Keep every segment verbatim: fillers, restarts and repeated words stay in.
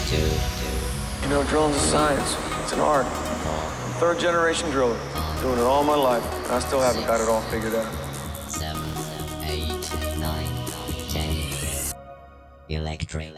You know, drilling's a science. It's an art. I'm third generation driller. Doing it all my life. And I still haven't got it all figured out. Seven, eight, nine, ten. Electric.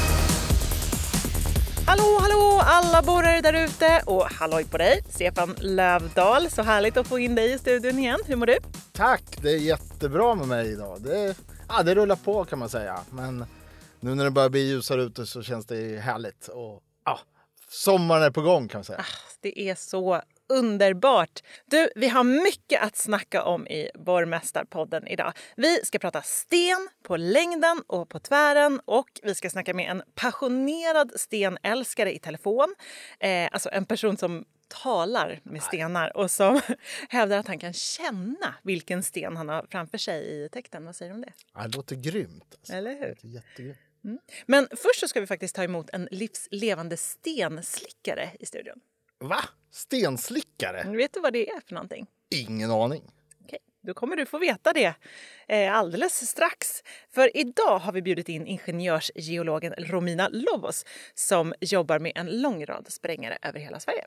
Hallå, hallå alla borrare där ute och halloj på dig, Stefan Lövdahl. Så härligt att få in dig i studion igen. Hur mår du? Tack, det är jättebra med mig idag. Det, ja, det rullar på kan man säga. Men nu när det börjar bli ljusare ute så känns det härligt. Och, ja, sommaren är på gång kan man säga. Ah, det är så underbart. Du, vi har mycket att snacka om i Borrmästarpodden idag. Vi ska prata sten på längden och på tvären och vi ska snacka med en passionerad stenälskare i telefon. Eh, alltså en person som talar med stenar och som hävdar att han kan känna vilken sten han har framför sig i tecknen. Vad säger du om det? Ja, det låter grymt. Alltså. Eller hur? Det låter jättegrymt. Mm. Men först så ska vi faktiskt ta emot en livslevande stenslickare i studion. Va? Stenslickare? Vet du vad det är för någonting? Ingen aning. Okej, då kommer du få veta det eh, alldeles strax. För idag har vi bjudit in ingenjörsgeologen Romina Lovos som jobbar med en lång rad sprängare över hela Sverige.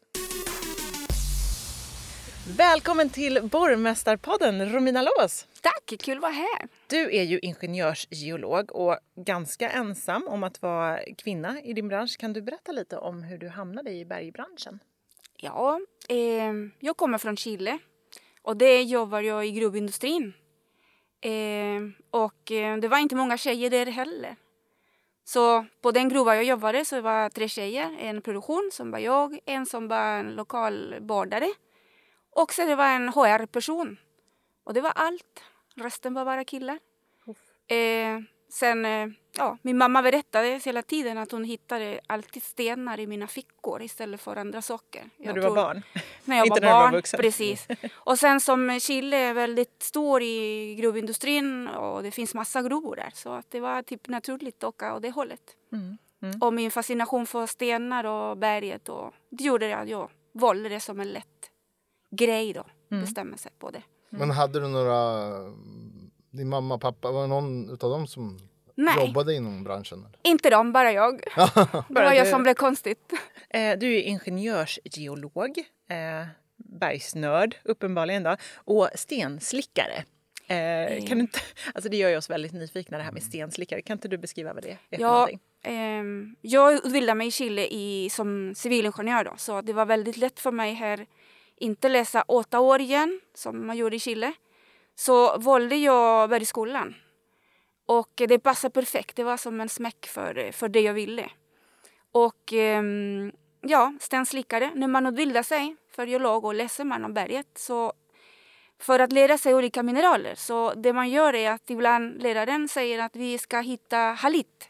Välkommen till Borrmästarpodden, Romina Lovos. Tack, kul att vara här. Du är ju ingenjörsgeolog och ganska ensam om att vara kvinna i din bransch. Kan du berätta lite om hur du hamnade i bergbranschen? Ja, eh, jag kommer från Chile och det jobbar jag i gruvindustrin. Eh, och eh, det var inte många tjejer där heller. Så på den gruva jag jobbade så var det tre tjejer. En produktion som var jag, en som var en lokal bordare och så det var en H R-person. Och det var allt. Resten var bara killar. Eh, sen, eh, ja, min mamma berättade hela tiden att hon hittade alltid stenar i mina fickor istället för andra saker. När du var barn? När jag Inte var när du var barn, vuxen. precis. Och sen som Chile är väldigt stor i gruvindustrin och det finns massa gruvor där. Så att det var typ naturligt att åka åt det hållet. Mm. Mm. Och min fascination för stenar och berget och det gjorde att jag valde det som en lätt grej då. Mm. Bestämma sig på det. Men hade du några... Din mamma och pappa, var det någon av dem som Nej. jobbade inom branschen? Eller? Inte de, bara jag. Det var jag som blev konstigt. Eh, du är ingenjörsgeolog, eh, bergsnörd uppenbarligen då, och stenslickare. Eh, Mm. kan du inte, alltså det gör ju oss väldigt nyfikna det här med stenslickare. Kan inte du beskriva vad det är för Ja, någonting? eh, jag utbildade mig i Chile i, som civilingenjör då, så det var väldigt lätt för mig här inte läsa åtta år igen som man gjorde i Chile. Så valde jag bergsskolan. Och det passade perfekt. Det var som en smäck för, för det jag ville. Och eh, ja, stenslickare. När man utbildar sig för geolog och läser man om berget. Så för att lära sig olika mineraler. Så det man gör är att ibland läraren säger att vi ska hitta halit.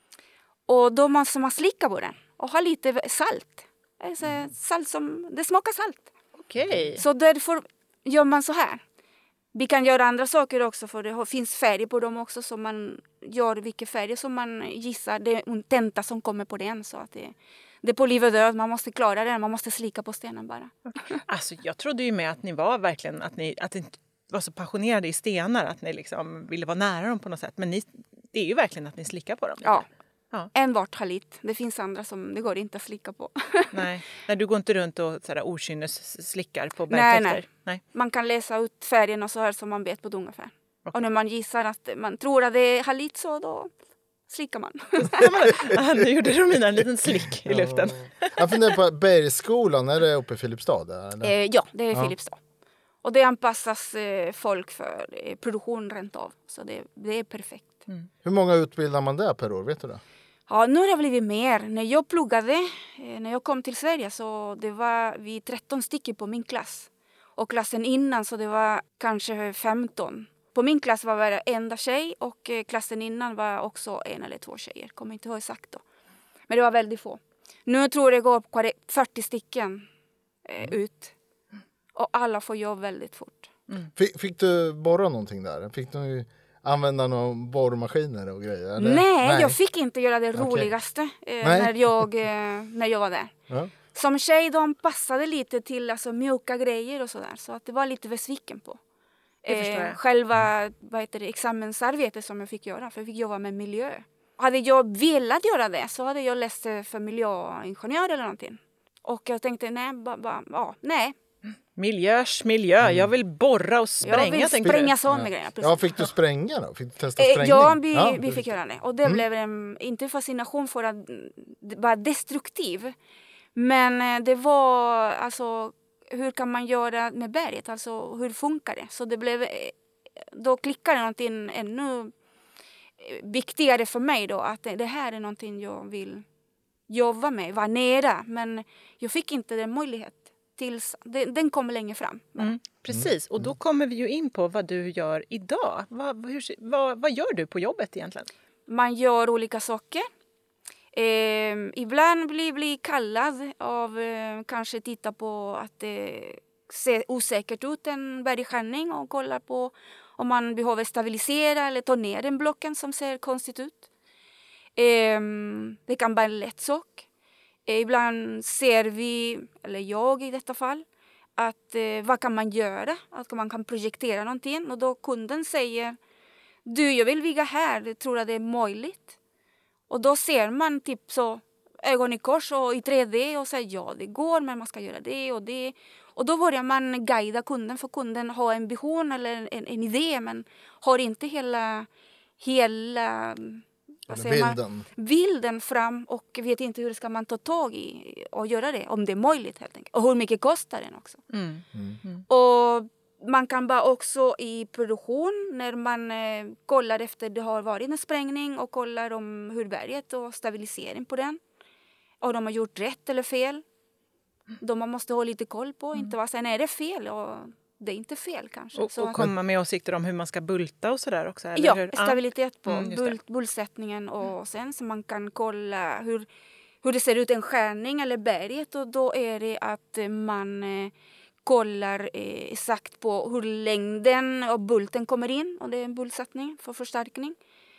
Och då måste man slicka på den. Och halit är salt. Alltså, salt som, det smakar salt. Okej. Så därför gör man så här. Vi kan göra andra saker också för det finns färger på dem också så man gör vilka färger som man gissar. Det är en tenta som kommer på den så att det, det är på liv och död. Man måste klara det, man måste slicka på stenen bara. Alltså jag trodde ju med att ni var verkligen, att ni, att ni var så passionerade i stenar att ni liksom ville vara nära dem på något sätt. Men ni, det är ju verkligen att ni slickar på dem. Ja, ja. enbart halit. Det finns andra som det går inte att slicka på. Nej, nej, du går inte runt och sådär okynnes slickar på Nej, bergtäkter? nej. nej. Man kan läsa ut färgerna så här som man vet på ett ungefär. Okay. Och när man gissar att man tror att det är halit så då slickar man. Ah, nu gjorde Romina en liten slick i luften. Ja. Jag funderar på bergsskolan, är det uppe i Filipstad? Eller? Eh, ja, det är Ja. Filipstad. Och det anpassas eh, folk för eh, produktion rent av. Så det, det är perfekt. Mm. Hur många utbildar man där per år, vet du det? Ja, nu har det blivit mer. När jag pluggade, eh, när jag kom till Sverige så det var vi tretton stycken på min klass. Och klassen innan så det var kanske femton. På min klass var det enda tjej och eh, klassen innan var också en eller två tjejer. Kommer inte ihåg exakt då. Men det var väldigt få. Nu tror jag det går på fyrtio stycken eh, ut. Och alla får jobb väldigt fort. Mm. Fick, fick du borra någonting där? Fick du använda några borrmaskiner och grejer? Eller? Nej, Nej, jag fick inte göra det Okej. roligaste eh, när, jag, eh, när jag var där. Ja. Som tjej de passade lite till alltså, mjuka grejer och sådär. Så att det var lite besviken på. Det förstår jag. själva vad heter det, examensarbetet som jag fick göra. För jag fick jobba med miljö. hade jag velat göra det så hade jag läst för miljöingenjör eller någonting. Och jag tänkte, nej, ba, ba, ja, nej. Miljörs miljö. Jag vill borra och spränga. Jag vill tänkte spränga du. sådana grejer. Precis. Ja, fick du spränga då? Fick du testa Eh, sprängning? Ja, vi, Ja, vi du- fick göra det. Och det Mm. blev en, inte fascination för att det var destruktiv. Men eh, det var, alltså, hur kan man göra med berget? Alltså, hur funkar det? Så det blev, eh, då klickade någonting ännu eh, viktigare för mig då. Att det, det här är någonting jag vill jobba med, vara nära. Men jag fick inte den möjlighet. Tills, den, den kommer längre fram. Mm, precis, och då kommer vi ju in på vad du gör idag. Vad, hur, vad, vad gör du på jobbet egentligen? Man gör olika saker. Eh, ibland blir bli kallad av eh, kanske titta på att det ser osäkert ut en bergskärning och kollar på om man behöver stabilisera eller ta ner den blocken som ser konstigt ut. Eh, det kan vara en lätt sak. Eh, ibland ser vi, eller jag i detta fall, att eh, vad kan man göra? Att man kan projektera någonting och då kunden säger du, jag vill ligga här, jag tror att det är möjligt. Och då ser man typ så ögon i kors och i tre D och säger ja, det går, men man ska göra det och det. Och då börjar man guida kunden, för kunden har en vision eller en, en idé, men har inte hela, hela vad Eller säger man, bilden. bilden fram och vet inte hur ska man ta tag i och göra det, om det är möjligt helt enkelt. Och hur mycket kostar den också. Mm. Och man kan vara också i produktion när man eh, kollar efter det har varit en sprängning och kollar om hur berget och stabilisering på den. Och de har gjort rätt eller fel. De man måste ha lite koll på. Inte vara sen är det fel och det är inte fel kanske. Och, Så och att- komma med åsikter om hur man ska bulta och sådär också? Eller Ja, hur? stabilitet på Mm, just det. bull, bullsättningen och sen så man kan kolla hur, hur det ser ut en skärning eller berget och då är det att eh, man eh, kollar eh, exakt på hur längden av bulten kommer in och det är en bullsättning för förstärkning.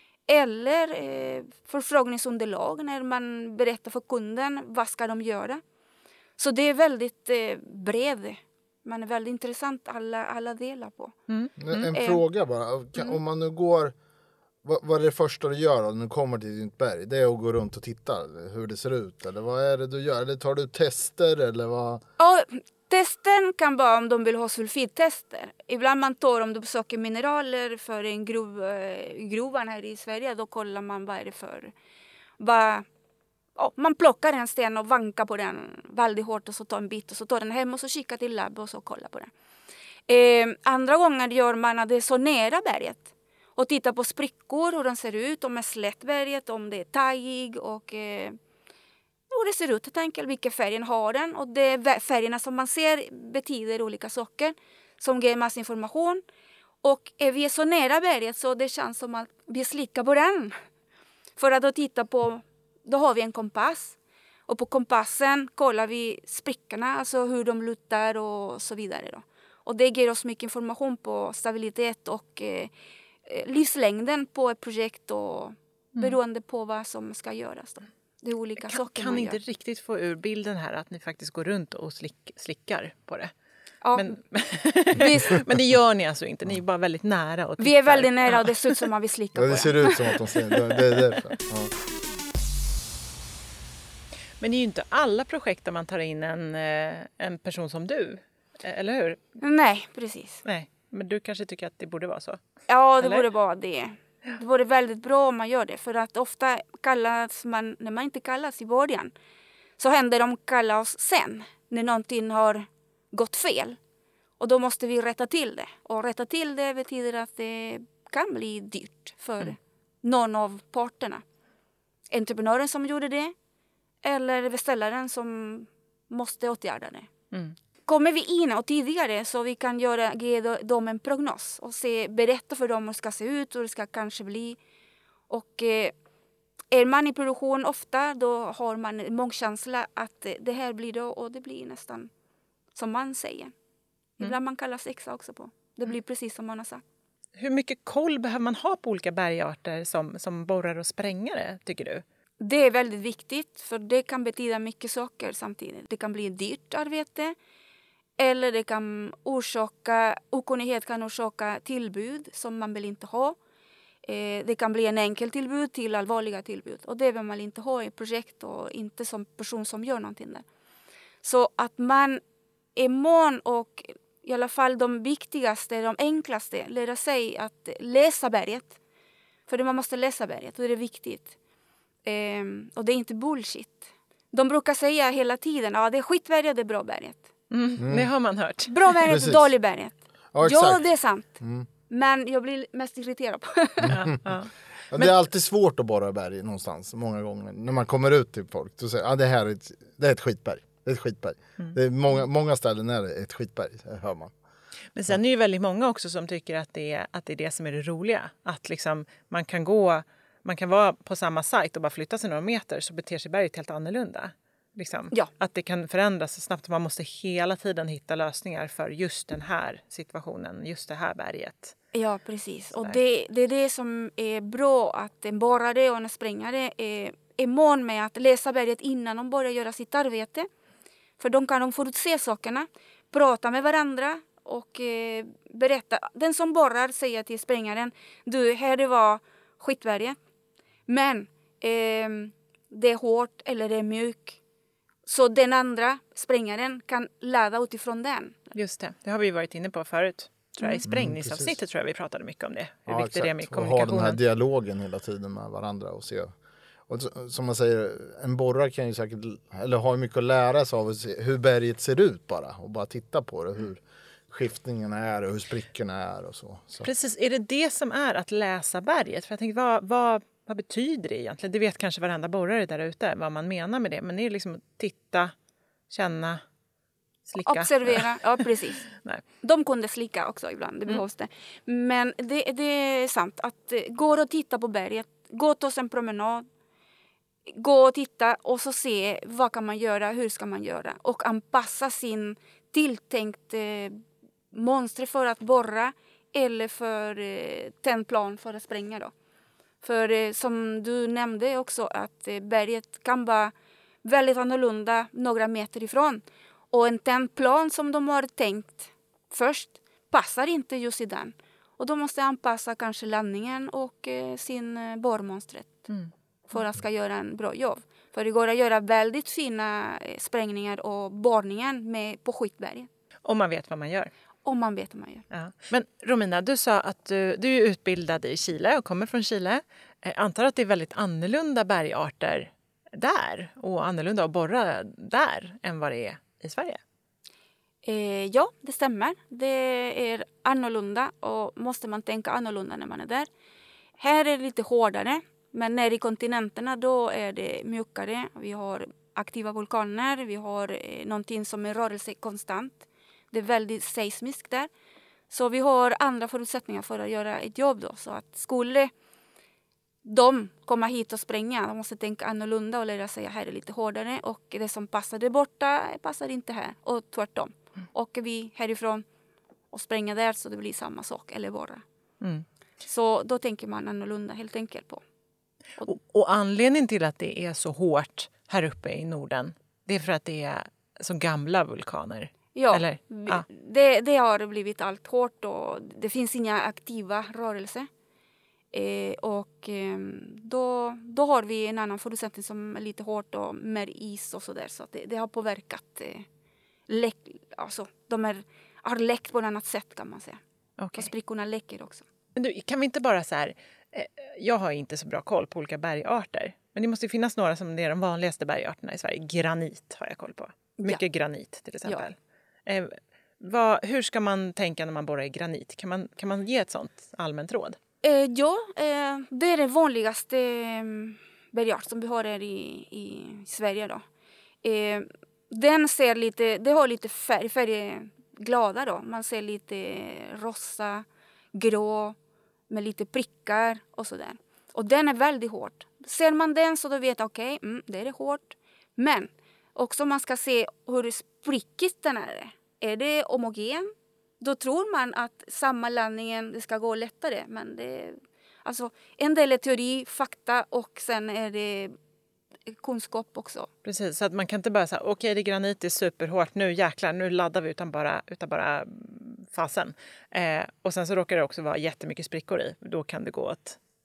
Eller eh, förfrågningsunderlag när man berättar för kunden vad ska de göra. Så det är väldigt eh, bred. Man är väldigt intressant alla, alla delar på. Mm. En Eh, fråga bara. Kan, Om man nu går... Vad, vad är det första du gör då, när du kommer till ditt berg? Det är att gå runt och titta hur det ser ut? Eller vad är det du gör? Eller tar du tester? Eller vad? Ja, testen kan vara om de vill ha sulfittester. Ibland man tar om de söker mineraler för en gruv, eh, gruvan här i Sverige. Då kollar man vad är det för... Vad, ja, man plockar en sten och vankar på den väldigt hårt och så tar en bit och så tar den hem och så kikar till labb och så kollar på den. Eh, andra gånger gör man att det är så nära berget. Och tittar på sprickor, hur de ser ut, om det är slättberget, om det är tajig och eh, hur det ser ut helt enkelt, vilka färgen har den. Och det färgerna som man ser betyder olika saker som ger massa information. Och är vi så nära berget så det känns som att vi slickar på den. För att då titta på, då har vi en kompass. Och på kompassen kollar vi sprickorna, alltså hur de lutar och så vidare då. Och det ger oss mycket information på stabilitet och eh, livslängden på ett projekt och beroende på vad som ska göras då. Det är olika Kan, saker kan man inte gör. riktigt få ur bilden här att ni faktiskt går runt och slick, slickar på det. Ja, Men, visst. men det gör ni alltså inte, ni är bara väldigt nära och Vi är tittar. väldigt nära och det ser ut som att vi slickar Ja, på det ser den. ut som att de ser det. Det är därför. Ja. Men det är ju inte alla projekt där man tar in en, eh, en person som du, eh, eller hur? Nej, precis. Nej, men du kanske tycker att det borde vara så? Ja, det Eller? borde vara det. Det vore väldigt bra om man gör det. För att ofta kallas man, när man inte kallas i början, så händer de kalla oss sen. När någonting har gått fel. Och då måste vi rätta till det. Och rätta till det betyder att det kan bli dyrt för Mm. någon av parterna. Entreprenören som gjorde det. Eller beställaren som måste åtgärda det. Mm. Kommer vi in och tidigare så vi kan göra, ge dem en prognos och se, berätta för dem hur det ska se ut och hur det ska kanske bli. Och eh, är man i produktion ofta då har man en mångkänsla att eh, det här blir då och det blir nästan som man säger. Ibland man kallar sexa också på. Det blir precis som man har sagt. Hur mycket koll behöver man ha på olika bergarter som, som borrar och sprängare, tycker du? Det är väldigt viktigt för det kan betyda mycket saker samtidigt. Det kan bli ett dyrt arbete. Eller det kan orsaka, okunnighet kan orsaka tillbud som man vill inte ha. Eh, det kan bli en enkel tillbud till allvarliga tillbud. Och det vill man inte ha i projekt och inte som person som gör någonting där. Så att man är mån och i alla fall de viktigaste, de enklaste, lära sig att läsa berget. För det man måste läsa berget och det är viktigt. Ehm, och det är inte bullshit. De brukar säga hela tiden, ja det är skitberget, det är bra berget. Mm, det har man hört. Bra berget, Precis. dålig berget. Ja, Ja, exakt. det är sant. Mm. Men jag blir mest irriterad på Ja, ja. Ja, det är alltid svårt att borra berg någonstans, många gånger. När man kommer ut till folk, så säger ah, det här är ett, det är ett skitberg. Det är ett skitberg. Mm. Det är många, många ställen är det ett skitberg, hör man. Men sen är det ju väldigt många också som tycker att det är, att det är det som är det roliga. Att liksom man kan gå, man kan vara på samma sajt och bara flytta sig några meter så beter sig berget helt annorlunda. Liksom. Ja. Att det kan förändras så snabbt. Man måste hela tiden hitta lösningar för just den här situationen, just det här berget. Ja, precis. Och Sådär. det, det är det som är bra, att en borrare och en sprängare är, är mån med att läsa berget innan de börjar göra sitt arbete. För de kan de förutse sakerna, prata med varandra och eh, berätta. Den som borrar säger till sprängaren, du, här det var skitberget. Men eh, det är hårt eller det är mjuk. Så den andra sprängaren kan ladda utifrån den. Just det, det har vi ju varit inne på förut. Tror jag. I sprängningsavsnittet precis. tror jag vi pratade mycket om det. Hur Ja, viktigt det är med exakt. Och ha kommunikationen. den här dialogen hela tiden med varandra och se. Och så- som man säger, en borrare kan ju säkert, eller har mycket att lära sig av att se hur berget ser ut bara. Och bara titta på det, hur skiftningarna är och hur sprickorna är och så. så. Precis, är det det som är att läsa berget? För jag tänkte, vad, vad, vad betyder det egentligen? Det vet kanske varenda borrare där ute vad man menar med det. Men det är liksom att titta, känna, slicka. Observera, ja precis. Nej. De kunde slicka också ibland, det behövs det. Men det, det är sant att eh, gå och titta på berget, gå och ta en promenad, gå och titta och så se vad kan man göra, hur ska man göra och anpassa sin tilltänkt eh, monster för att borra eller för eh, tändplan för att spränga då. För eh, som du nämnde också att eh, berget kan vara väldigt annorlunda några meter ifrån. Och en tändplan som de har tänkt först passar inte just i den. Och de måste anpassa kanske landningen och eh, sin eh, borrmonstret Mm. för att ska göra en bra jobb. För det går att göra väldigt fina eh, sprängningar och borrningen med, på skitberget. Om man vet vad man gör. Om man vet vad man gör. Ja. Men Romina, du sa att du, du är utbildad i Chile och kommer från Chile. Jag antar att det är väldigt annorlunda bergarter där och annorlunda att borra där än vad det är i Sverige. Eh, ja, det stämmer. Det är annorlunda och måste man tänka annorlunda när man är där. Här är det lite hårdare, men nere i kontinenterna då är det mjukare. Vi har aktiva vulkaner, vi har eh, någonting som är rörelse konstant. Det är väldigt seismiskt där. Så vi har andra förutsättningar för att göra ett jobb då. Så att skulle de komma hit och spränga, de måste tänka annorlunda och lära sig att här är lite hårdare. Och det som passar där borta passar inte här. Och tvärtom. Åker vi härifrån och spränga där så det blir samma sak eller borra. Mm. Så då tänker man annorlunda helt enkelt på. Och, och anledningen till att det är så hårt här uppe i Norden, det är för att det är så gamla vulkaner. Ja, Eller? vi- Ja. Det, det har blivit allt hårt och det finns inga aktiva rörelser. Eh, och eh, då, då har vi en annan förutsättning som är lite hårt och mer is och sådär. Så att det, det har påverkat. Eh, läck, alltså, de är, har läckt på ett annat sätt kan man säga. Okej. Och sprickorna läcker också. Men du, kan vi inte bara så här... Eh, jag har inte så bra koll på olika bergarter. Men det måste ju finnas några som är de vanligaste bergarterna i Sverige. Granit har jag koll på. Mycket Ja. granit till exempel. Eh, vad, hur ska man tänka när man borrar i granit? Kan man, kan man ge ett sånt allmänt råd? Eh, ja, eh, det är den vanligaste eh, bergart som vi har här i, i Sverige då. Eh, den ser lite, det har lite färg, färgglada då. Man ser lite rosa, grå med lite prickar och sådär. Och den är väldigt hård. Ser man den så då vet jag okej, okay, mm, det är hårt. Men också man ska se hur sprickigt den är. Är det homogen? Då tror man att samma landningen det ska gå lättare. Men det, alltså, en del är teori, fakta och sen är det kunskap också. Precis, så att man kan inte bara säga okej okay, det är granit, det är superhårt, nu jäklar, nu laddar vi utan bara, utan bara fasen. Eh, och sen så råkar det också vara jättemycket sprickor i, då kan det gå åt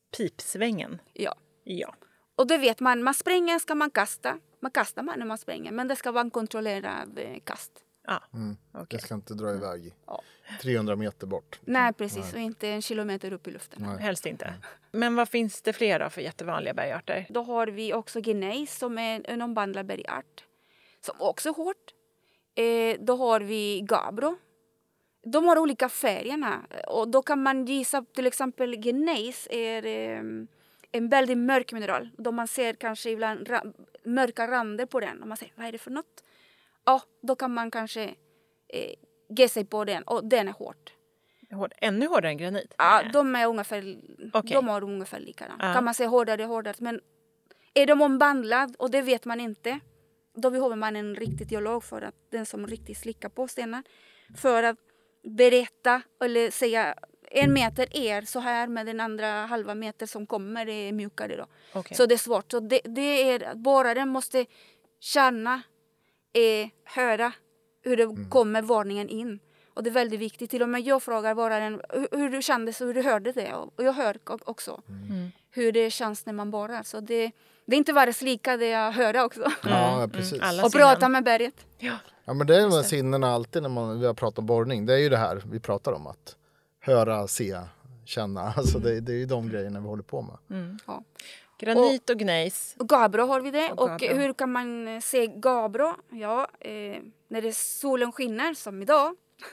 pipsvängen. Ja. Ja. Och då vet man, man springer ska man kasta. Man kastar man när man springer, men det ska vara en kontrollerad eh, kast. Ah, Mm. okej. Jag ska inte dra iväg Ja. trehundra meter bort. Nej, precis. Och inte en kilometer upp i luften. Nej. Helst inte. Men vad finns det fler då för jättevanliga bergarter? Då har vi också gnejs som är en omvandlad bergart. Som också är hårt. Eh, då har vi gabro. De har olika färgerna. Och då kan man gissa, till exempel gnejs är eh, en väldigt mörk mineral. Då man ser kanske ibland ra- mörka rander på den. Och man säger, vad är det för något? Ja, då kan man kanske eh, ge sig på den. Och den är hård. Hård, ännu hårdare än granit? Ja, Nej. de är ungefär, Okej. de har ungefär likadant. Ja. Kan man säga hårdare, hårdare. Men är de omvandlade och det vet man inte. Då behöver man en riktig geolog för att den som riktigt slickar på stenar. För att berätta eller säga en meter är så här med den andra halva meter som kommer är mjukare då. Okej. Så det är svårt. Så det, det är, borraren måste känna, eh, höra hur det kommer varningen in. Och det är väldigt viktigt. Till och med jag frågar borraren hur, hur du kändes och hur du hörde det. Och jag hör också Mm. hur det känns när man borrar. Så det, det är inte bara slika, det jag hör också. Ja, precis. Mm. Alla Och sinnen. prata med berget. Ja. Ja, men det är med sinnena alltid när man, vi har pratat borrning. Det är ju det här vi pratar om. Att höra, se, känna. Alltså det, det är ju de grejerna vi håller på med. Ja. Granit och gnejs. Och Gabro har vi det. Och Och, Gabro. hur kan man se Gabro? Ja, eh, när det solen skiner som idag.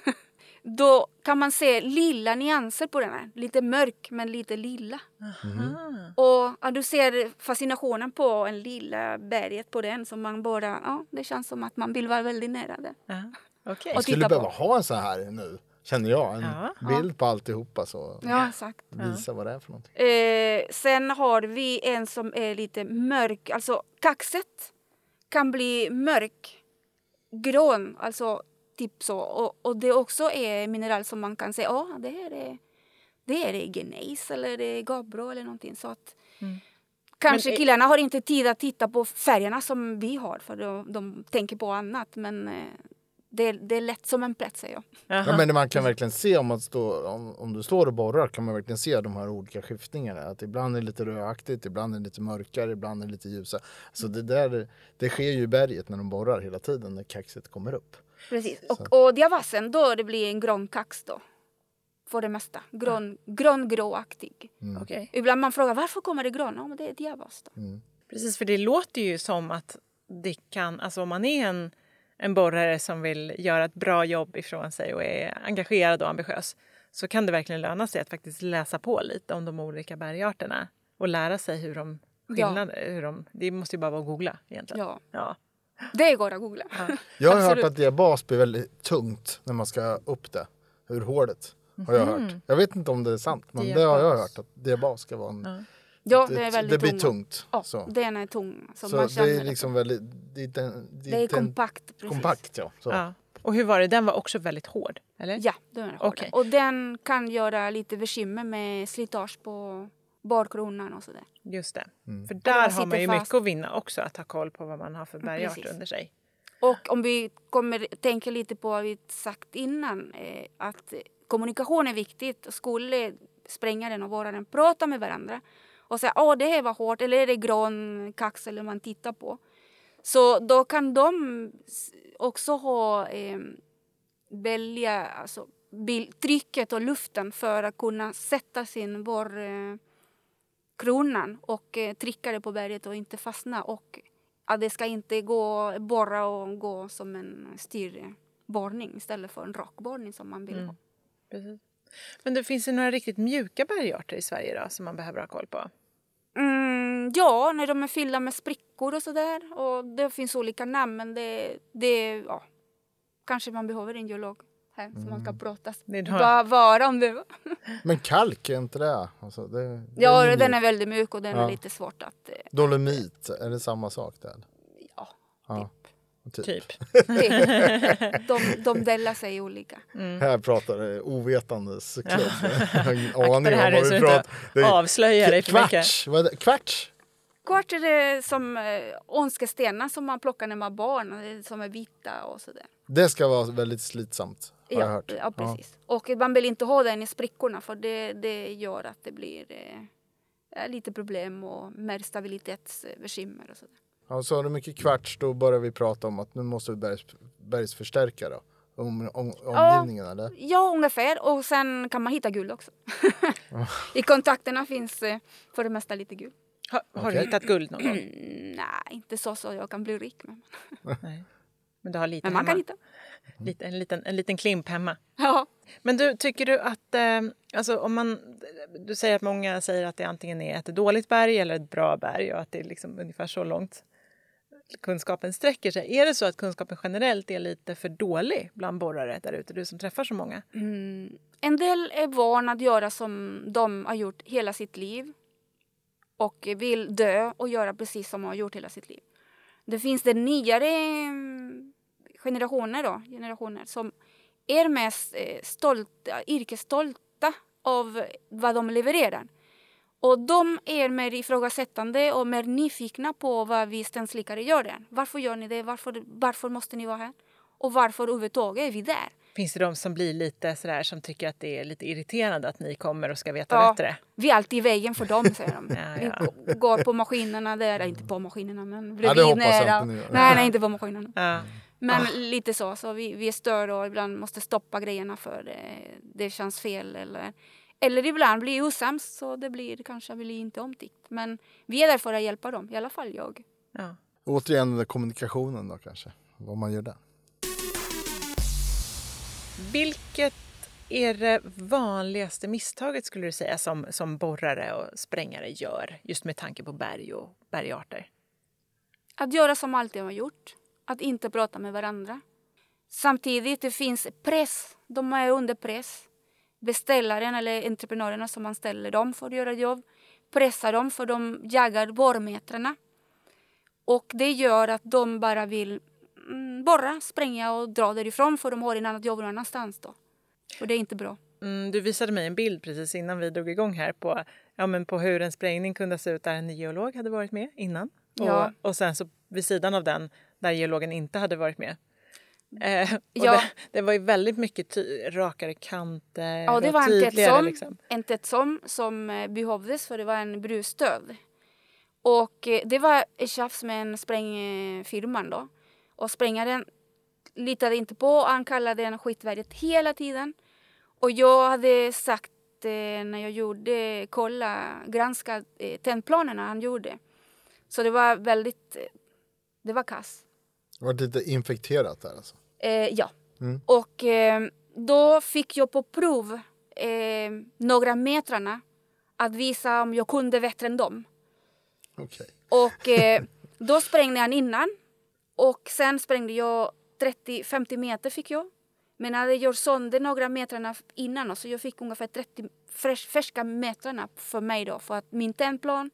Då kan man se lilla nyanser på den här. Lite mörk men lite lilla. Och ja, du ser fascinationen på en lilla berget på den. Som man bara, ja, det känns som att man vill vara väldigt nära det. Ja. Okej. Jag Och skulle titta behöva på. ha en sån här nu. Känner jag. En Ja. bild på alltihopa så. Ja, exakt. Visa vad det är för någonting. Eh, sen har vi en som är lite mörk. Alltså kaxet kan bli mörk. Grön, alltså typ så. Och, och det också är mineral som man kan säga, ja det här är, det här är gnejs eller det är gabro eller någonting. Så att kanske Men är- killarna har inte tid att titta på färgerna som vi har. För de, de tänker på annat. Men eh, det, det är lätt som en plätt säger jag. Jaha. Ja, men man kan verkligen se om, man står, om, om du står och borrar kan man verkligen se de här olika skiftningarna. Att ibland är det lite rödaktigt, ibland är det lite mörkare, ibland är det lite ljusare. Så det där, det sker ju i berget när de borrar hela tiden när kaxet kommer upp. Precis. Och, och diavassen då det blir en grön kax då. För det mesta. Grön, grön-gråaktig. Okej. Ibland man frågar varför kommer det grön? Ja men det är diavas då. Precis, för det låter ju som att det kan, alltså om man är en, en borrare som vill göra ett bra jobb ifrån sig och är engagerad och ambitiös, så kan det verkligen löna sig att faktiskt läsa på lite om de olika bergarterna och lära sig hur de skillnader, hur de, det måste ju bara vara att googla egentligen. Ja. Ja. Det går att googla. Jag har Absolut. hört att diabas blir väldigt tungt när man ska upp det. Ur hålet. Har jag hört. Jag vet inte om det är sant. Men det har jag Diabas. hört. Att diabas ska vara en... Ja, det är väldigt det blir tunga. tungt. Ja, så den är tung. Så, så man det känner är det. liksom väldigt... Det är, den, det Det är den- kompakt. Precis. kompakt, ja. Så. Ja. Och hur var det? Den var också väldigt hård, eller? Ja, den är hård. Okej. Och den kan göra lite bekymmer med slitage på barkronan och sådär. Just det. Mm. För man där har sitter man ju fast. mycket att vinna också, att ha koll på vad man har för bergart Precis. under sig. Och om vi kommer tänka lite på vad vi sagt innan, eh, att eh, kommunikation är viktigt. Skulle sprängaren och borraren prata med varandra och säga åh det här var hårt eller är det grön kax eller man tittar på. Så då kan de s- också ha eh, välja alltså, bil- trycket och luften för att kunna sätta sin borr eh, kronan och eh, trycka det på berget och inte fastna. Och att det ska inte gå borra och gå som en styrborrning istället för en rakborrning som man vill ha. Precis. Men det finns ju några riktigt mjuka bergarter i Sverige då, som man behöver ha koll på. Mm, ja, när de är fyllda med sprickor och sådär. Och det finns olika namn, men det, det ja, kanske man behöver en geolog här som man kan prata Det är då- bara vara om det. Men kalk är inte det? Alltså, det, det Ja, är den mjuk. är väldigt mjuk och den Ja. är lite svårt att... eh, Dolomit, är det samma sak där? Ja, Ja, typ. Typ. det, de, de delar sig olika. Här pratar det ovetandes klubb. Akta det här nu så du inte avslöjar dig för mycket. Kvarts, vad är det? Kvarts? Kvart är det som eh, önskestenar som man plockar när man är barn, eh, som är vita och sådär. Det ska vara väldigt slitsamt, har jag Ja, hört. ja, precis. Och man vill inte ha den i sprickorna för det, det gör att det blir... Eh, är lite problem och mer stabilitetsbekymmer och sådär. Ja, så har du mycket kvarts, då börjar vi prata om att nu måste vi bergs, bergsförstärka då. Om, om, omgivningen ja, eller? Ja, ungefär. Och sen kan man hitta guld också. I kontakterna finns eh, för det mesta lite guld. Ha, har Okej. du hittat guld någon gång? Mm, nej, inte så så jag kan bli rik. Men, Nej. Men du har lite men man hemma. kan hitta. Lite, en, liten, en liten klimp hemma. Ja. Men du, tycker du att, eh, alltså om man, du säger att många säger att det antingen är ett dåligt berg eller ett bra berg och att det är liksom ungefär så långt kunskapen sträcker sig. Är det så att kunskapen generellt är lite för dålig bland borrare där ute, du som träffar så många? Mm. En del är van att göra som de har gjort hela sitt liv och vill dö och göra precis som de har gjort hela sitt liv. Det finns det nyare mm, generationer då, generationer som är mest eh, stolta, yrkesstolta av vad de levererar. Och de är mer ifrågasättande och mer nyfikna på vad vi stenslikare gör där. Varför gör ni det? Varför, varför måste ni vara här? Och varför överhuvudtaget är vi där? Finns det de som blir lite sådär, som tycker att det är lite irriterande att ni kommer och ska veta Ja, bättre? vi är alltid i vägen för dem, säger de. Ja, ja. Vi g- går på maskinerna där, inte på maskinerna men Ja, bredvid det hoppas jag nära. inte ni gör. Nej, nej, inte på maskinerna. Ja. Men lite så, så vi, vi är större och ibland måste stoppa grejerna för det, det känns fel. Eller, eller ibland blir det osams så det blir kanske blir inte omtyckt. Men vi är där för att hjälpa dem, i alla fall jag. Ja. Återigen den där kommunikationen då kanske, vad man gör där. Vilket är det vanligaste misstaget skulle du säga som, som borrare och sprängare gör just med tanke på berg och bergarter? Att göra som alltid har gjort. Att inte prata med varandra. Samtidigt det finns press. De är under press. Beställaren eller entreprenörerna som anställer dem för att göra jobb pressar dem för de jagar borrmetrarna. Och det gör att de bara vill mm, borra, spränga och dra därifrån för de har en annat jobb någon annanstans då. Och det är inte bra. Mm, du visade mig en bild precis innan vi drog igång här på, ja, men på hur en sprängning kunde se ut där en geolog hade varit med innan. Ja. Och, och sen så vid sidan av den där geologen inte hade varit med. Eh, och Ja. det, det var ju väldigt mycket ty- rakare kanter Ja, det och var inte ett tydligare. som, Liksom. inte ett som som eh, behövdes för det var en brusstöd. Och eh, det var ett tjafs med en sprängfirman då. Och sprängaren litade inte på, han kallade den skitvärdet hela tiden. Och jag hade sagt eh, när jag gjorde, kolla, granska eh, tändplanerna han gjorde. Så det var väldigt, eh, det var kass. Det var lite infekterat där alltså. Eh, ja. Mm. Och eh, då fick jag på prov eh, några metrarna att visa om jag kunde bättre än dem. Okej. Och eh, då sprängde han innan. Och sen sprängde jag trettio till femtio meter fick jag. Men jag hade gjort sönder några metrarna innan. Så jag fick ungefär trettio fräs, färska metrarna för mig då. För att min tändplan.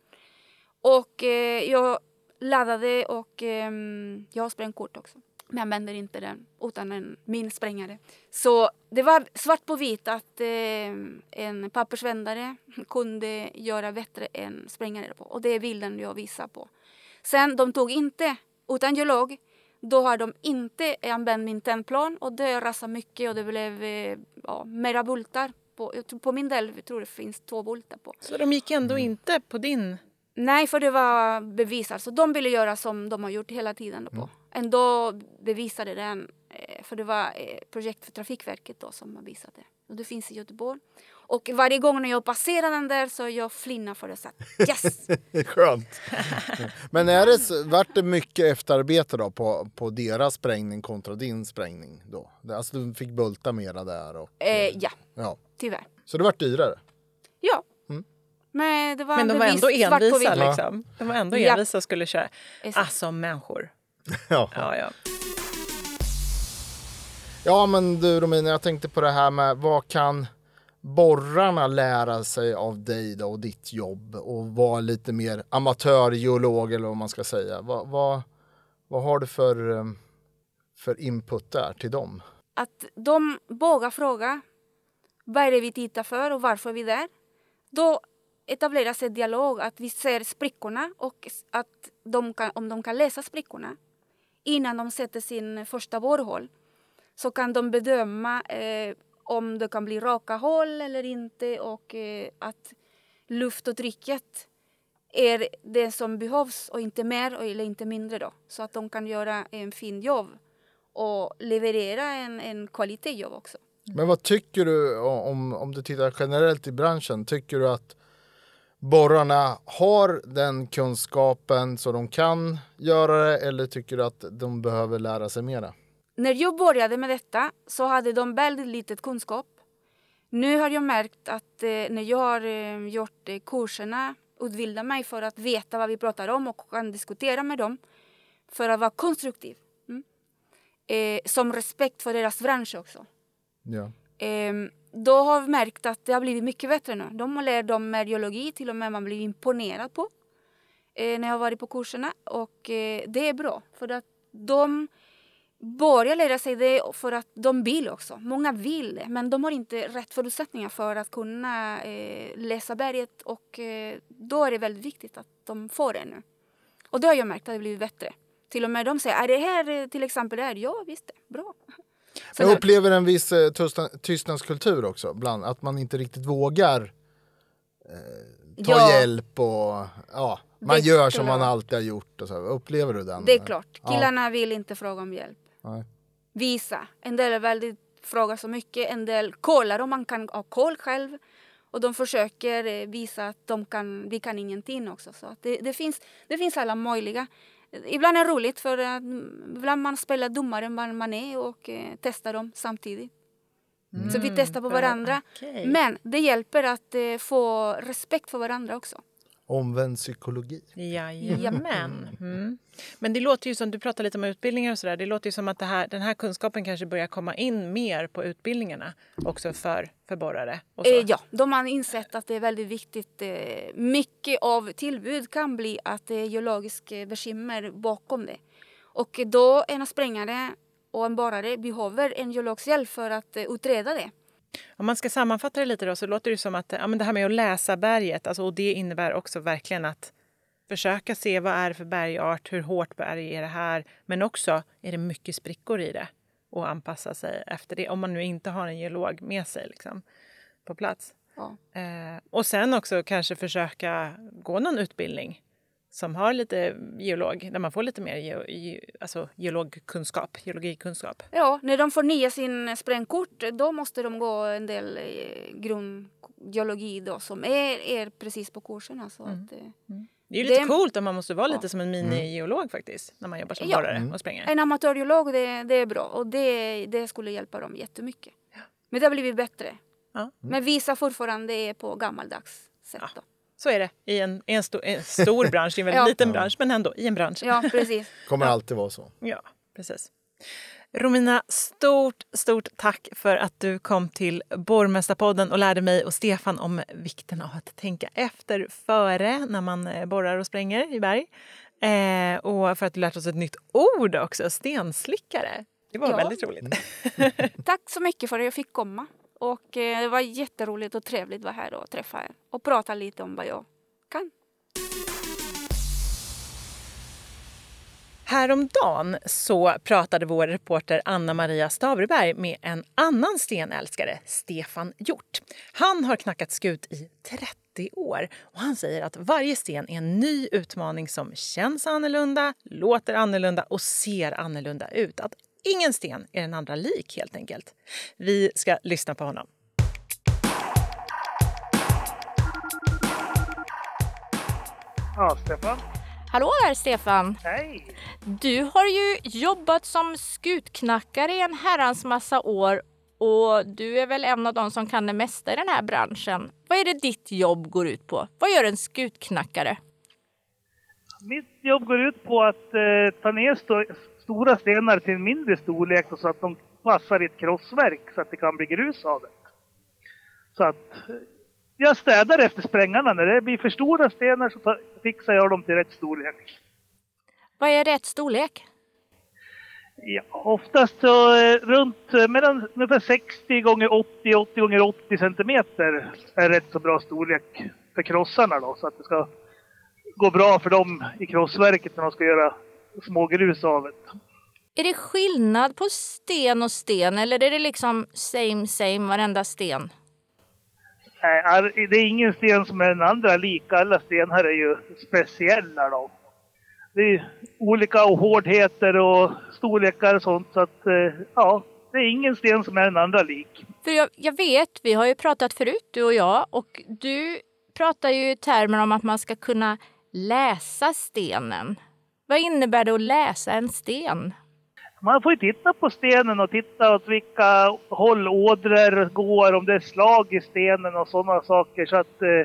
Och eh, jag laddade och eh, jag har sprängkort också. Men jag använder inte den utan en, min sprängare. Så det var svart på vitt att eh, en pappersvändare kunde göra bättre än sprängare på. Och det är bilden jag visar på. Sen de tog inte, utan geolog, då har de inte använt min tändplan. Och det rasade mycket och det blev eh, ja, mera bultar. På, jag tror, på min del jag tror det finns två bultar på. Så de gick ändå inte på din... Nej, för det var bevis. Alltså, de ville göra som de har gjort hela tiden. På. Mm. Ändå bevisade den, för det var ett projekt för Trafikverket då som har visat det. Och det finns i Göteborg. Och varje gång när jag passerar den där så jag flinnar för det. Så att, yes! Skönt. Men är det, vart det mycket efterarbete då på, på deras sprängning kontra din sprängning då? Alltså du fick bulta mera där? Och, Eh, ja, ja, tyvärr. så det vart dyrare? Ja. Mm. Men, det var Men de var bevis, ändå svart på envisa vitt. liksom. De var ändå Ja. envisa och skulle köra. Exakt. Alltså människor. Ja. Ja, ja. Ja men du Romina, jag tänkte på det här med vad kan borrarna lära sig av dig då och ditt jobb och vara lite mer amatörgeolog eller vad man ska säga. Vad, vad, vad har du för, för input där till dem? Att de vågar fråga vad är det vi tittar för och varför är vi där. Då etableras en dialog att vi ser sprickorna och att de kan, om de kan läsa sprickorna innan de sätter sin första borrhål så kan de bedöma eh, om det kan bli raka hål eller inte och eh, att luft och trycket är det som behövs och inte mer eller inte mindre då. Så att de kan göra en fin jobb och leverera en, en kvalitetsjobb också. Men vad tycker du om, om du tittar generellt i branschen? Tycker du att borrarna har den kunskapen så de kan göra det, eller tycker du att de behöver lära sig mera? När jag började med detta så hade de väldigt lite kunskap. Nu har jag märkt att eh, när jag har eh, gjort eh, kurserna, utbildat mig för att veta vad vi pratar om och kan diskutera med dem för att vara konstruktiv. Mm. Eh, som respekt för deras bransch också. Ja. Eh, då har vi märkt att det har blivit mycket bättre nu. De har lärt dem med geologi, till och med man blir imponerad på eh, när jag har varit på kurserna. Och eh, det är bra för att de börjar lära sig det för att de vill också. Många vill det, men de har inte rätt förutsättningar för att kunna eh, läsa berget. Och eh, då är det väldigt viktigt att de får det nu. Och det har jag märkt att det blivit bättre. Till och med de säger, är det här till exempel det här? Ja, visst det. Bra. Så jag upplever en viss eh, tystna- tystnadskultur också. Bland, att man inte riktigt vågar eh, ta Ja. hjälp och ja, man Det är gör som klart. man alltid har gjort. Och så. Upplever du den? Det är klart. Ja. Killarna vill inte fråga om hjälp. Nej. Visa. En del är väldigt frågar så mycket. En del kollar om man kan ha koll själv. Och de försöker eh, visa att de kan, vi kan ingenting också. Så att det, det, finns, det finns alla möjliga. Ibland är det roligt för att ibland man spelar dummare än vad man är och eh, testar dem samtidigt. Mm. Så vi testar på varandra. Okay. Men det hjälper att eh, få respekt för varandra också. Omvänd psykologi. Jajamän. Mm. Men det låter ju som, du pratar lite om utbildningar och sådär. Det låter ju som att det här, den här kunskapen kanske börjar komma in mer på utbildningarna. Också för, för borrare och så. Eh, ja, de har insett att det är väldigt viktigt. Eh, mycket av tillbud kan bli att det är geologiska bekymmer bakom det. Och då en sprängare och en borrare behöver en geologisk hjälp för att eh, utreda det. Om man ska sammanfatta det lite då, så låter det som att ja, men det här med att läsa berget, alltså, och det innebär också verkligen att försöka se vad är det för bergart, hur hårt berg är det här, men också är det mycket sprickor i det och anpassa sig efter det om man nu inte har en geolog med sig liksom, på plats. Ja. Eh, och sen också kanske försöka gå någon utbildning som har lite geolog, där man får lite mer ge, ge, alltså geologkunskap, geologikunskap. Ja, när de får nya sin sprängkort, då måste de gå en del eh, grundgeologi då, som är, är precis på kurserna. Så Mm. att, eh, Mm. Det är ju lite det, coolt om man måste vara ja. lite som en mini-geolog faktiskt, när man jobbar som Ja. borrare Mm. och sprängare. En amatörgeolog, det, det är bra och det, det skulle hjälpa dem jättemycket. Men det har blivit bättre. Ja. Men vissa fortfarande är på gammaldags sätt. Ja. Då. Så är det i en, i en, sto, en stor bransch, i en väldigt Ja. liten Ja. bransch, men ändå i en bransch. Ja, precis. Kommer alltid vara så. Ja, precis. Romina, stort, stort tack för att du kom till Borrmästarpodden och lärde mig och Stefan om vikten av att tänka efter före när man borrar och spränger i berg. Eh, och för att du lärt oss ett nytt ord också, stenslickare. Det var Ja. väldigt roligt. Tack så mycket för att jag fick komma. Och eh, det var jätteroligt och trevligt att vara här och träffa er. Och prata lite om vad jag kan. Häromdagen så pratade vår reporter Anna-Maria Stavreberg med en annan stenälskare, Stefan Hjort. Han har knackat skut i trettio år och han säger att varje sten är en ny utmaning som känns annorlunda, låter annorlunda och ser annorlunda ut. Att ingen sten är den andra lik helt enkelt. Vi ska lyssna på honom. Ja, Stefan. Hallå där Stefan! Hej! Du har ju jobbat som skutknackare i en herrans massa år och du är väl en av de som kan det mesta i den här branschen. Vad är det ditt jobb går ut på? Vad gör en skutknackare? Mitt jobb går ut på att eh, ta ner st- stora stenar till en mindre storlek så att de passar i ett krossverk så att det kan bli grus av det. Så att eh, jag städar efter sprängarna. När det blir för stora stenar så tar, fixar jag dem till rätt storlek. Vad är rätt storlek? Ja, oftast så eh, runt eh, mellan ungefär sextio gånger åttio, åttio gånger åttio centimeter är rätt så bra storlek för krossarna då, så att det ska gå bra för dem i krossverket när de ska göra små grus av det. Är det skillnad på sten och sten eller är det liksom same same varenda sten? Nej, det är ingen sten som är den andra lik. Alla stenar är ju speciella då. Det är olika hårdheter och storlekar och sånt. Så att, ja, det är ingen sten som är den andra lik. För jag, jag vet, vi har ju pratat förut, du och jag. Och du pratar ju i termer om att man ska kunna läsa stenen. Vad innebär det att läsa en sten? Man får ju titta på stenen och titta åt vilka håll ådror går, om det är slag i stenen och sådana saker. Så att eh,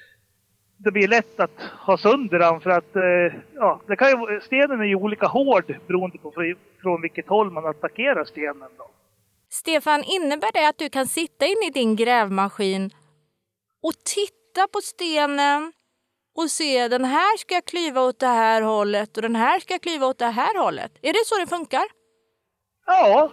det blir lätt att ha sönder den. För att eh, ja, det kan ju, stenen är ju olika hård beroende på från vilket håll man attackerar stenen då. Stefan, innebär det att du kan sitta in i din grävmaskin och titta på stenen och se den här ska jag klyva åt det här hållet och den här ska jag klyva åt det här hållet? Är det så det funkar? Ja,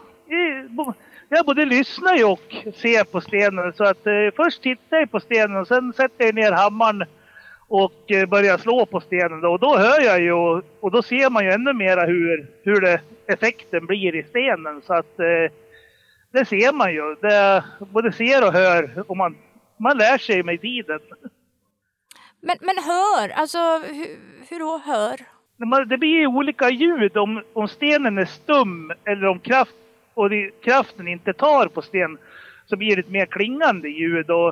jag både lyssnar ju och ser på stenen. Så att eh, först tittar jag på stenen och sen sätter jag ner hammaren och eh, börjar slå på stenen. Då. Och då hör jag ju och, och då ser man ju ännu mera hur, hur det, effekten blir i stenen. Så att eh, det ser man ju. Det både ser och hör och man, man lär sig med tiden. Men, men hör, alltså hur, hur då hör? Det blir ju olika ljud om, om stenen är stum eller om kraft, och det, kraften inte tar på sten, så blir det ett mer klingande ljud. Och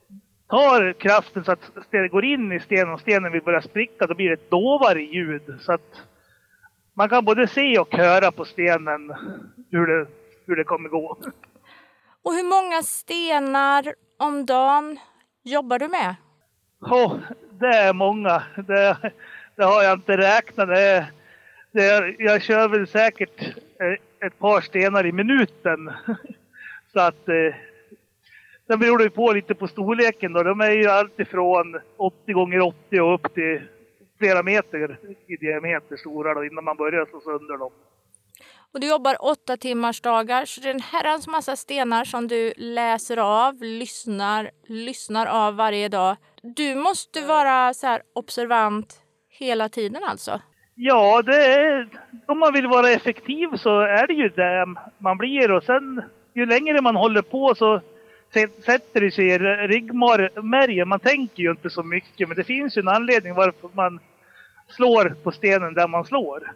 tar kraften så att stenen går in i stenen och stenen vill börja spricka, då blir det ett dovare ljud. Så att man kan både se och höra på stenen hur det, hur det kommer gå. Och hur många stenar om dagen jobbar du med? Oh, det är många. Det, det har jag inte räknat. Det, det, jag kör väl säkert ett par stenar i minuten. Så att eh, den beror ju på lite på storleken då. De är ju alltid från åttio gånger åttio och upp till flera meter i diameter stora då, innan man börjar slå sönder dem. Och du jobbar åtta timmars dagar, så det är en herrans massa stenar som du läser av, lyssnar, lyssnar av varje dag. Du måste vara så här observant hela tiden alltså? Ja, det är, om man vill vara effektiv så är det ju det man blir. Och sen ju längre man håller på så sätter det sig i ryggmärgen. Man tänker ju inte så mycket, men det finns ju en anledning varför man slår på stenen där man slår.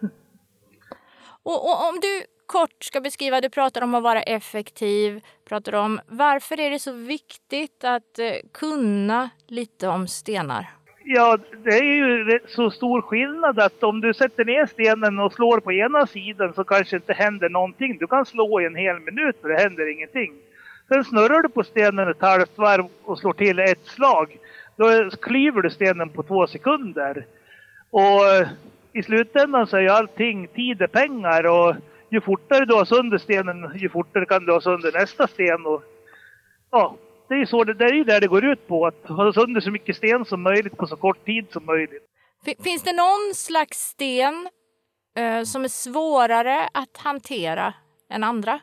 Och, och om du kort ska beskriva, du pratar om att vara effektiv, pratar om varför är det så viktigt att eh, kunna lite om stenar? Ja, det är ju så stor skillnad att om du sätter ner stenen och slår på ena sidan så kanske inte händer någonting. Du kan slå i en hel minut och det händer ingenting. Sen snurrar du på stenen ett halvt varv och slår till ett slag. Då klyver du stenen på två sekunder. Och i slutändan så är ju allting tid är pengar, och ju fortare du har sönder stenen, ju fortare kan du ha sönder nästa sten. Och, ja, det är ju så, det, det är ju där det går ut på, att ha sönder så mycket sten som möjligt på så kort tid som möjligt. Finns det någon slags sten eh, som är svårare att hantera än andra?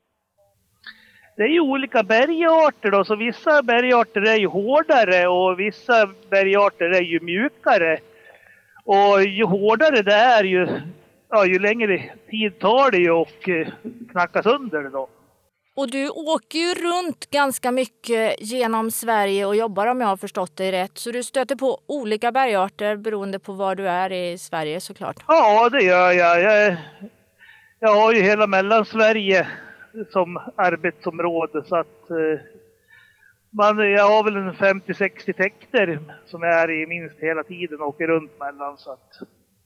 Det är ju olika bergarter då, så vissa bergarter är ju hårdare och vissa bergarter är ju mjukare. Och ju hårdare det är, ju, ja, ju längre tid tar det ju och eh, knacka sönder det då. Och du åker ju runt ganska mycket genom Sverige och jobbar, om jag har förstått dig rätt. Så du stöter på olika bergarter beroende på var du är i Sverige såklart. Ja, det gör jag. Jag, jag har ju hela Mellansverige som arbetsområde, så att eh, man, jag har väl en femtio sextio täkter som jag är i minst hela tiden och åker runt mellan, så att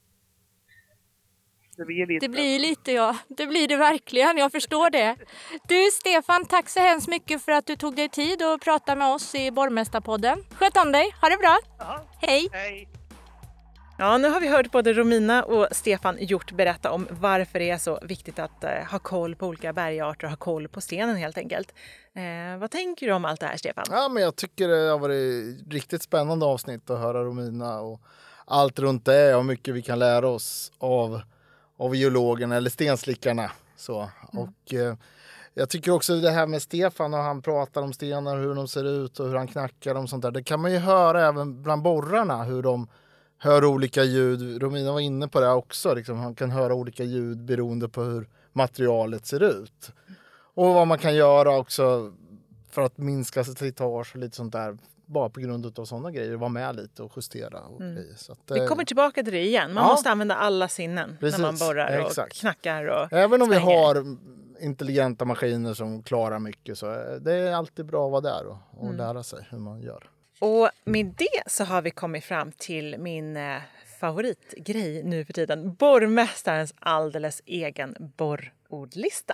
det blir lite. Det blir lite, ja. Det blir det verkligen, jag förstår det. Du Stefan, tack så hemskt mycket för att du tog dig tid och pratade med oss i Borgmästarpodden. Sköt om dig, ha det bra. Aha. Hej. Hej. Ja, nu har vi hört både Romina och Stefan Hjort berätta om varför det är så viktigt att eh, ha koll på olika bergarter och ha koll på stenen helt enkelt. Eh, vad tänker du om allt det här, Stefan? Ja, men jag tycker det har varit riktigt spännande avsnitt att höra Romina och allt runt det och mycket vi kan lära oss av, av geologerna eller stenslickarna. Så. Mm. Och eh, jag tycker också det här med Stefan och han pratar om stenar, hur de ser ut och hur han knackar dem och sånt där. Det kan man ju höra även bland borrarna, hur de hör olika ljud. Romina var inne på det också. Liksom. Han kan höra olika ljud beroende på hur materialet ser ut. Och vad man kan göra också för att minska slitage och lite sånt där. Bara på grund av sådana grejer. Vara med lite och justera och Mm. grejer. Så att, Vi kommer tillbaka till det igen. Man Ja. måste använda alla sinnen Precis, när man borrar och exakt. knackar och Även om vi svänger. har intelligenta maskiner som klarar mycket, så är det är alltid bra att vara där och, och Mm. lära sig hur man gör. Och med det så har vi kommit fram till min eh, favoritgrej nu för tiden. Borrmästarens alldeles egen borrordlista.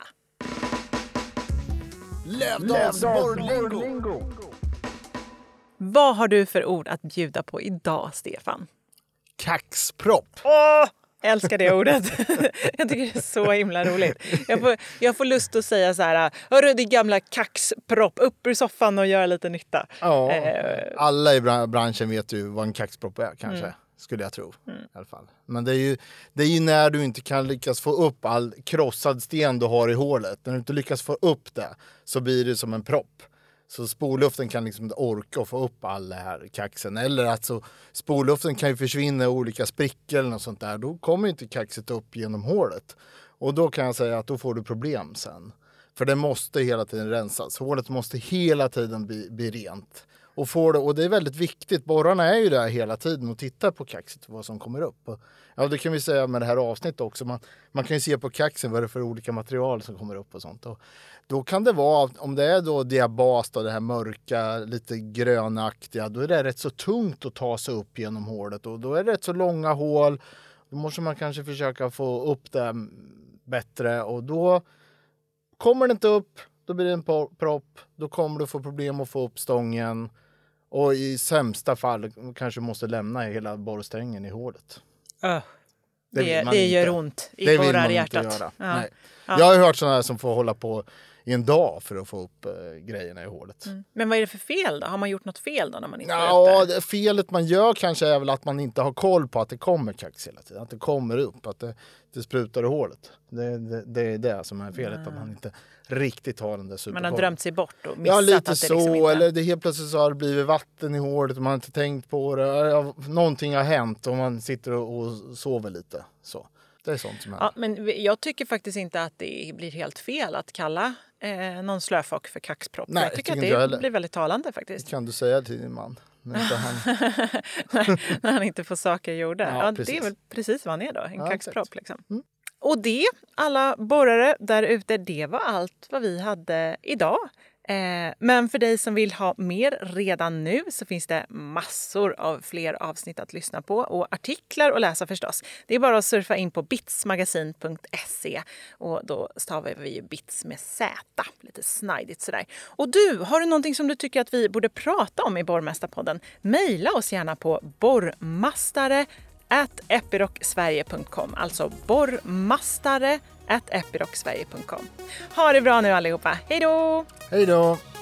Lövdals borrlingo! Vad har du för ord att bjuda på idag, Stefan? Kaxpropp. Åh! Älskar det ordet. Jag tycker det är så himla roligt. Jag får, jag får lust att säga så här: hörru, din gamla kaxpropp, upp ur soffan och gör lite nytta. Ja, Eh. alla i bran- branschen vet ju vad en kaxpropp är kanske. Mm. Skulle jag tro i alla fall. Men det är, ju, det är ju när du inte kan lyckas få upp all krossad sten du har i hålet. När du inte lyckas få upp det så blir det som en propp. Så spolluften kan liksom inte orka att få upp all det här kaxen. Eller att så spolluften kan ju försvinna i olika sprickor eller något sånt där. Då kommer inte kaxet upp genom hålet. Och då kan jag säga att då får du problem sen. För det måste hela tiden rensas. Hålet måste hela tiden bli, bli rent. Och, får det, och det är väldigt viktigt. Borrarna är ju där hela tiden och tittar på kaxet och vad som kommer upp. Och, ja, det kan vi säga med det här avsnittet också. Man, man kan ju se på kaxen vad det är för olika material som kommer upp och sånt. Och då kan det vara, om det är då diabas, då det här mörka, lite grönaktiga, då är det rätt så tungt att ta sig upp genom hålet. Och då är det rätt så långa hål. Då måste man kanske försöka få upp det bättre. Och då kommer det inte upp, då blir det en po- propp. Då kommer du få problem att få upp stången. Och i sämsta fall kanske måste lämna hela borrstängen i hålet. Öh. Det Det, vill man det gör inte. ont i Det vill man inte borrarhjärtat. göra. Ja. Nej. Ja. Jag har hört sådana här som får hålla på i en dag för att få upp eh, grejerna i hålet. Mm. Men vad är det för fel då? Har man gjort något fel då när man inte får upp Ja, det? det felet man gör kanske är väl att man inte har koll på att det kommer kax hela tiden. Att det kommer upp, att det, det sprutar i hålet. Det, det, det är det som är felet, Mm. att man inte riktigt har den där Man superkollen. har drömt sig bort och missat Ja, lite att det så. liksom inte... Eller det helt plötsligt så har det blivit vatten i hålet och man har inte tänkt på det. Ja, någonting har hänt och man sitter och, och sover lite. Så. Det är sånt som händer. Ja, men jag tycker faktiskt inte att det blir helt fel att kalla eh, någon slöfock för kaxpropp. Nej, jag tycker tycker att inte jag det heller. blir väldigt talande Det faktiskt. kan du säga till din man. När inte han... när, när han inte får saker gjorda. Ja, Ja, det precis. är väl precis vad han är då, en Ja, kaxpropp. exakt. Liksom. Mm. Och det, alla borrare där ute, det var allt vad vi hade idag. Eh, men för dig som vill ha mer redan nu så finns det massor av fler avsnitt att lyssna på och artiklar att läsa förstås. Det är bara att surfa in på bitsmagasin punkt se och då stavar vi ju bits med Z, lite snajdigt sådär. Och du, har du någonting som du tycker att vi borde prata om i Borrmästarpodden? Maila oss gärna på borrmastare at epirocsverige punkt com, alltså borrmastare at epirocsverige punkt com. Ha det bra nu allihopa, hej då! Hej då!